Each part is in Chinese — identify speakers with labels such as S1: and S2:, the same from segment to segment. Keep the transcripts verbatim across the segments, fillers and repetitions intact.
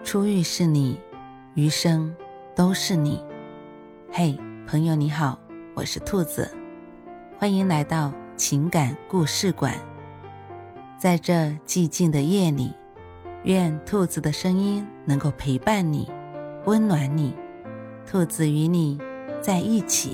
S1: 初遇是你，余生都是你。嘿，朋友你好，我是兔子，欢迎来到情感故事馆。在这寂静的夜里，愿兔子的声音能够陪伴你，温暖你，兔子与你在一起。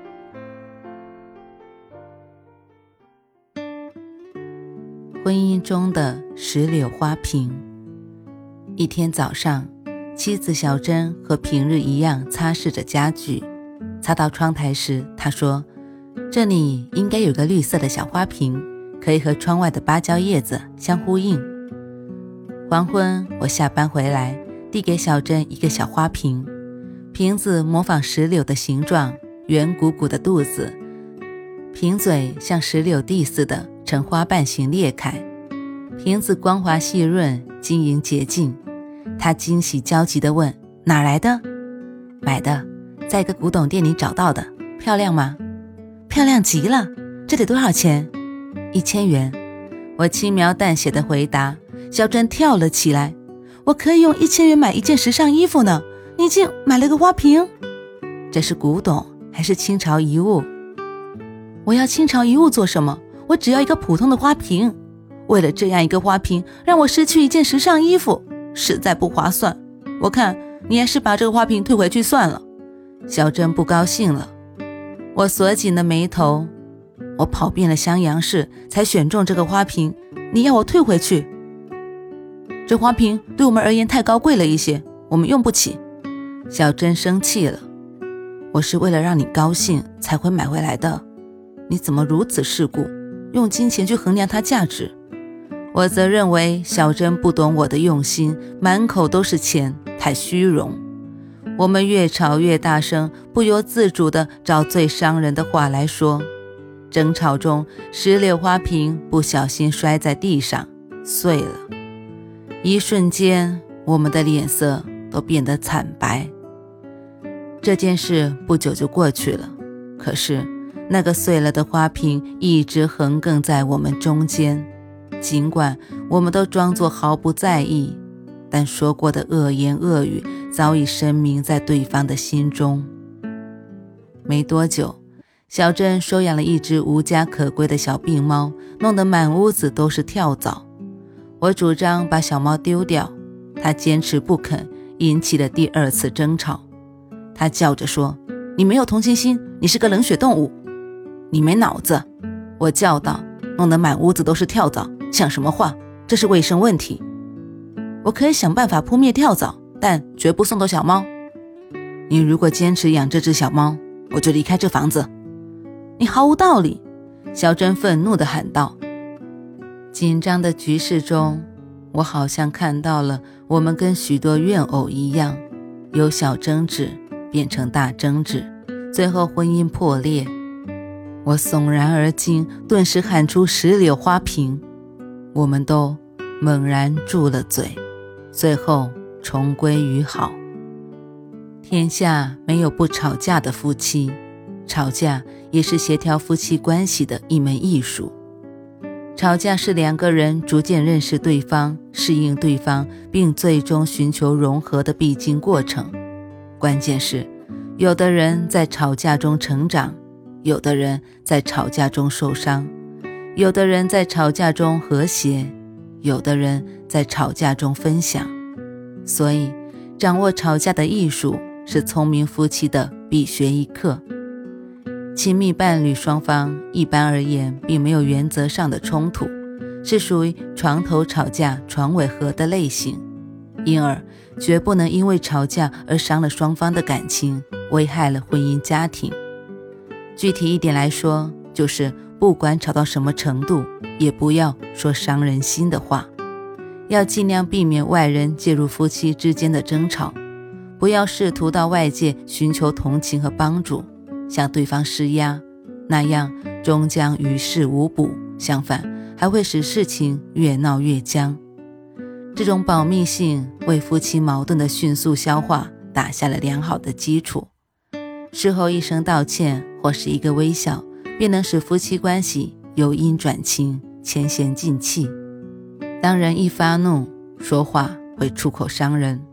S1: 婚姻中的石榴花瓶。一天早上，妻子小珍和平日一样擦拭着家具，擦到窗台时，她说，这里应该有个绿色的小花瓶，可以和窗外的芭蕉叶子相呼应。黄昏，我下班回来，递给小珍一个小花瓶，瓶子模仿石榴的形状，圆鼓鼓的肚子，瓶嘴像石榴地似的呈花瓣形裂开，瓶子光滑细润，晶莹洁净。她惊喜焦急地问，哪来的？买的，在一个古董店里找到的。漂亮吗？漂亮极了。这得多少钱？一千元。我轻描淡写的回答。小珍跳了起来，我可以用一千元买一件时尚衣服呢，你竟买了个花瓶？这是古董还是清朝遗物？我要清朝遗物做什么？我只要一个普通的花瓶。为了这样一个花瓶，让我失去一件时尚衣服，实在不划算。我看你还是把这个花瓶退回去算了。小珍不高兴了。我锁紧了眉头，我跑遍了襄阳市才选中这个花瓶，你要我退回去？这花瓶对我们而言太高贵了一些，我们用不起。小珍生气了。我是为了让你高兴才会买回来的，你怎么如此世故，用金钱去衡量它价值？我则认为小珍不懂我的用心，满口都是钱，太虚荣。我们越吵越大声，不由自主地找最伤人的话来说。争吵中，石榴花瓶不小心摔在地上，碎了。一瞬间，我们的脸色都变得惨白。这件事不久就过去了，可是那个碎了的花瓶一直横亘在我们中间。尽管我们都装作毫不在意，但说过的恶言恶语早已深铭在对方的心中。没多久，小珍收养了一只无家可归的小病猫，弄得满屋子都是跳蚤。我主张把小猫丢掉，她坚持不肯，引起了第二次争吵。她叫着说，你没有同情心，你是个冷血动物。你没脑子，我叫道，弄得满屋子都是跳蚤，讲什么话？这是卫生问题。我可以想办法扑灭跳蚤，但绝不送走小猫。你如果坚持养这只小猫，我就离开这房子。你毫无道理，小珍愤怒地喊道。紧张的局势中，我好像看到了我们跟许多怨偶一样，由小争执变成大争执，最后婚姻破裂。我悚然而惊，顿时喊出石榴花瓶。我们都猛然住了嘴，最后重归于好。天下没有不吵架的夫妻，吵架也是协调夫妻关系的一门艺术。吵架是两个人逐渐认识对方，适应对方，并最终寻求融合的必经过程。关键是，有的人在吵架中成长，有的人在吵架中受伤，有的人在吵架中和谐，有的人在吵架中分享。所以，掌握吵架的艺术是聪明夫妻的必学一课。亲密伴侣双方一般而言并没有原则上的冲突，是属于床头吵架床尾和的类型，因而绝不能因为吵架而伤了双方的感情，危害了婚姻家庭。具体一点来说，就是不管吵到什么程度，也不要说伤人心的话，要尽量避免外人介入夫妻之间的争吵，不要试图到外界寻求同情和帮助，向对方施压，那样终将于事无补，相反还会使事情越闹越僵。这种保密性为夫妻矛盾的迅速消化打下了良好的基础。事后一声道歉或是一个微笑，便能使夫妻关系由阴转晴，前嫌尽弃。当人一发怒，说话会出口伤人，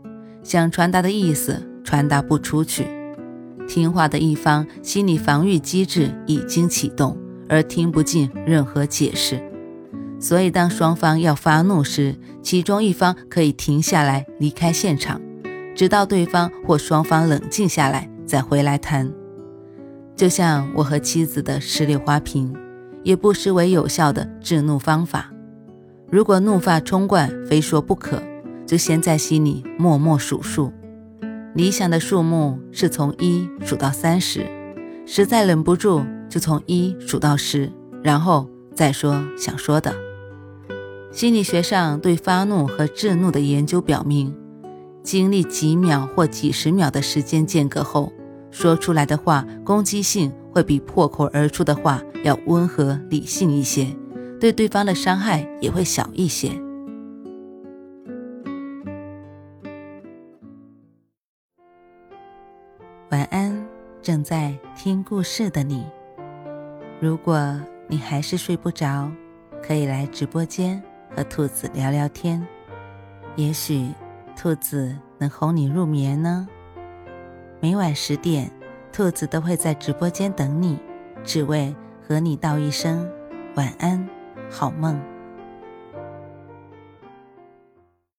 S1: 想传达的意思传达不出去。听话的一方心理防御机制已经启动，而听不进任何解释。所以当双方要发怒时，其中一方可以停下来离开现场，直到对方或双方冷静下来再回来谈。就像我和妻子的石榴花瓶，也不失为有效的制怒方法。如果怒发冲冠非说不可，就先在心里默默数数。理想的数目是从一数到三十，实在忍不住就从一数到十，然后再说想说的。心理学上对发怒和制怒的研究表明，经历几秒或几十秒的时间间隔后，说出来的话攻击性会比破口而出的话要温和理性一些，对对方的伤害也会小一些。晚安，正在听故事的你。如果你还是睡不着，可以来直播间和兔子聊聊天，也许兔子能哄你入眠呢。每晚十点，兔子都会在直播间等你，只为和你道一声晚安，好梦。